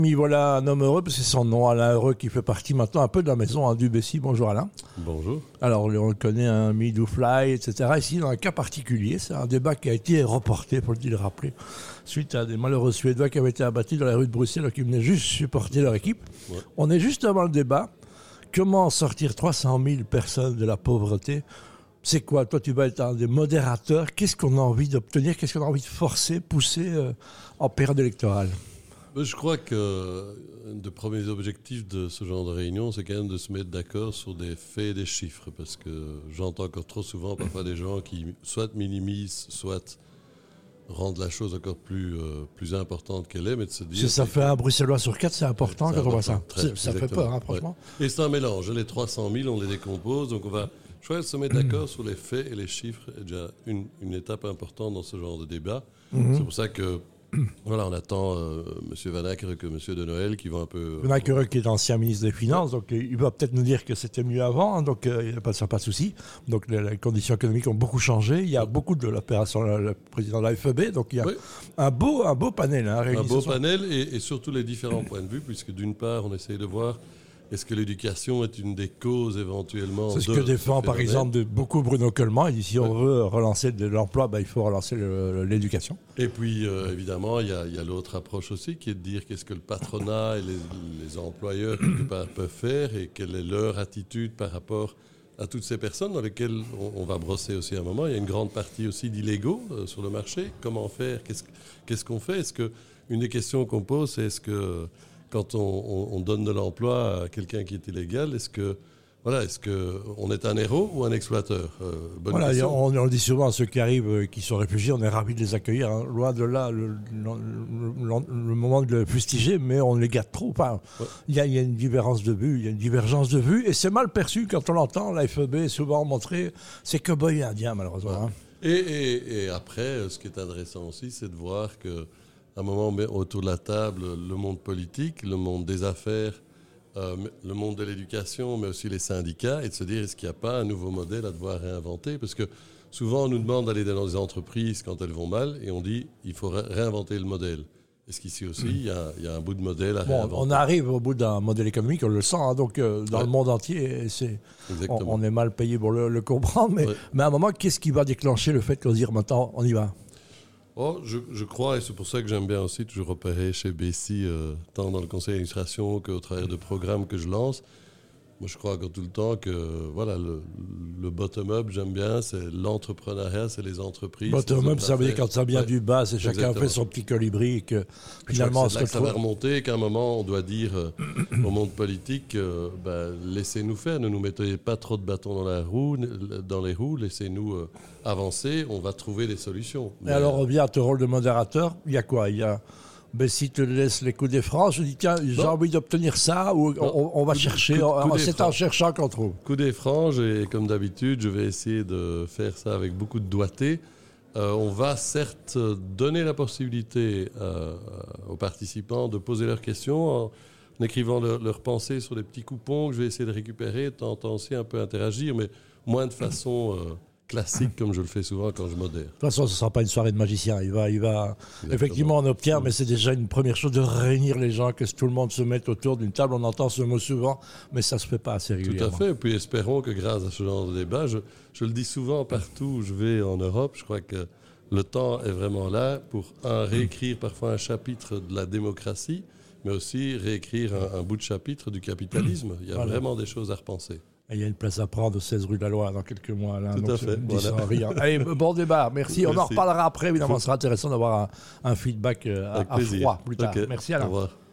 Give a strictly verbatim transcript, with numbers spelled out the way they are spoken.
Mais voilà un homme heureux, parce que c'est son nom, Alain Heureux, qui fait partie maintenant un peu de la maison hein, du Bessy. Bonjour Alain. Bonjour. Alors on le connaît, un Me Do Fly, et cetera. Ici, dans un cas particulier, c'est un débat qui a été reporté, faut le rappeler, suite à des malheureux Suédois qui avaient été abattus dans la rue de Bruxelles, qui venaient juste supporter leur équipe. Ouais. On est juste avant le débat. Comment sortir trois cent mille personnes de la pauvreté ? C'est quoi ? Toi, tu vas être un des modérateurs. Qu'est-ce qu'on a envie d'obtenir ? Qu'est-ce qu'on a envie de forcer, pousser euh, en période électorale ? Je crois que un des premiers objectifs de ce genre de réunion, c'est quand même de se mettre d'accord sur des faits et des chiffres. Parce que j'entends encore trop souvent parfois des gens qui soit minimisent, soit rendent la chose encore plus, euh, plus importante qu'elle est. Mais de se dire, si ça fait un Bruxellois sur quatre, c'est important c'est quand on voit ça. Très, ça fait peur, hein, franchement. Ouais. Et c'est un mélange. Les trois cent mille, on les décompose. Donc on va choisir de se mettre d'accord sur les faits et les chiffres. C'est déjà une, une étape importante dans ce genre de débat. Mm-hmm. C'est pour ça que voilà, on attend euh, M. Van Akkeren que M. De Noël qui vont un peu... Van Akkeren qui est ancien ministre des Finances, donc il va peut-être nous dire que c'était mieux avant, hein, donc euh, il n'y a pas, pas de souci. Donc les, les conditions économiques ont beaucoup changé. Il y a beaucoup de l'opération, le président de la F E B, donc il y a oui. un, beau, un beau panel. Hein, un beau panel et, et surtout les différents points de vue, puisque d'une part, on essaye de voir... Est-ce que l'éducation est une des causes éventuellement? C'est ce de que défend par exemple de beaucoup Bruno Coleman. Il dit si on ouais. veut relancer de l'emploi, ben, il faut relancer le, l'éducation. Et puis euh, évidemment, il y a, y a l'autre approche aussi qui est de dire qu'est-ce que le patronat et les, les employeurs quelque part peuvent faire et quelle est leur attitude par rapport à toutes ces personnes dans lesquelles on, on va brosser aussi un moment. Il y a une grande partie aussi d'illégaux euh, sur le marché. Comment faire? Qu'est-ce, qu'est-ce qu'on fait? Est-ce que, une des questions qu'on pose, c'est est-ce que quand on, on, on donne de l'emploi à quelqu'un qui est illégal, est-ce que voilà, est-ce que on est un héros ou un exploiteur? euh, bonne Voilà, question. on, on le dit souvent à ceux qui arrivent, euh, qui sont réfugiés, on est ravis de les accueillir. Hein. Loin de là, le, le, le, le moment de le fustiger, mais on les gâte trop. Enfin, ouais. il, y a, il y a une différence de vue, il y a une divergence de vue, et c'est mal perçu quand on l'entend. La F E B est souvent montrée, c'est cow-boy et indien, malheureusement. Ouais. Hein. Et, et, et après, ce qui est intéressant aussi, c'est de voir que à un moment, on met autour de la table le monde politique, le monde des affaires, euh, le monde de l'éducation, mais aussi les syndicats, et de se dire, est-ce qu'il n'y a pas un nouveau modèle à devoir réinventer? Parce que souvent, on nous demande d'aller dans des entreprises quand elles vont mal, et on dit, il faut ré- réinventer le modèle. Est-ce qu'ici aussi, il y a, il y a un bout de modèle à bon, réinventer? On arrive au bout d'un modèle économique, on le sent, hein, donc euh, dans ouais. le monde entier, c'est, on, on est mal payé pour le, le comprendre, mais, ouais. mais à un moment, qu'est-ce qui va déclencher le fait qu'on se dise, maintenant, on y va? Oh, je, je crois, et c'est pour ça que j'aime bien aussi toujours opérer chez Bessy, euh, tant dans le conseil d'administration qu'au travers de programmes que je lance. Moi, je crois encore tout le temps que voilà, le, le bottom-up, j'aime bien, c'est l'entrepreneuriat, c'est les entreprises. Bottom-up, ça veut dire quand ça vient ouais. du bas, c'est chacun Exactement. fait son petit colibri et que finalement... Je crois que c'est là que ça va remonter et qu'à un moment, on doit dire euh, au monde politique, euh, ben, laissez-nous faire, ne nous mettez pas trop de bâtons dans, la roue, dans les roues, laissez-nous euh, avancer, on va trouver des solutions. Mais... Et alors, on revient à ton rôle de modérateur, il y a quoi? Il y a... Bessie te laisse les coups des francs, je dis tiens, j'ai non. envie d'obtenir ça, ou on, on va coup chercher, coup, coup c'est en cherchant qu'on trouve. Coup des francs, et comme d'habitude, je vais essayer de faire ça avec beaucoup de doigté. Euh, on va certes donner la possibilité euh, aux participants de poser leurs questions en, en écrivant leurs leur pensées sur des petits coupons que je vais essayer de récupérer, tentant aussi un peu interagir, mais moins de façon... Euh, classique comme je le fais souvent quand je modère. De toute façon, ce ne sera pas une soirée de magicien. Il va, il va... Effectivement, on obtient, mais c'est déjà une première chose de réunir les gens, que tout le monde se mette autour d'une table. On entend ce mot souvent, mais ça ne se fait pas assez régulièrement. Tout à fait. Et puis espérons que grâce à ce genre de débat, je, je le dis souvent partout où je vais en Europe, je crois que le temps est vraiment là pour, un, réécrire parfois un chapitre de la démocratie, mais aussi réécrire un, un bout de chapitre du capitalisme. Il y a voilà. vraiment des choses à repenser. Il y a une place à prendre, seize rue de la Loi, dans quelques mois. Là, Tout donc à fait. Voilà. Rien. Allez, bon débat. Merci. Merci. On en reparlera après. Évidemment, Faut... ce sera intéressant d'avoir un, un feedback à, à froid plus tard. Okay. Merci Alain. Au revoir.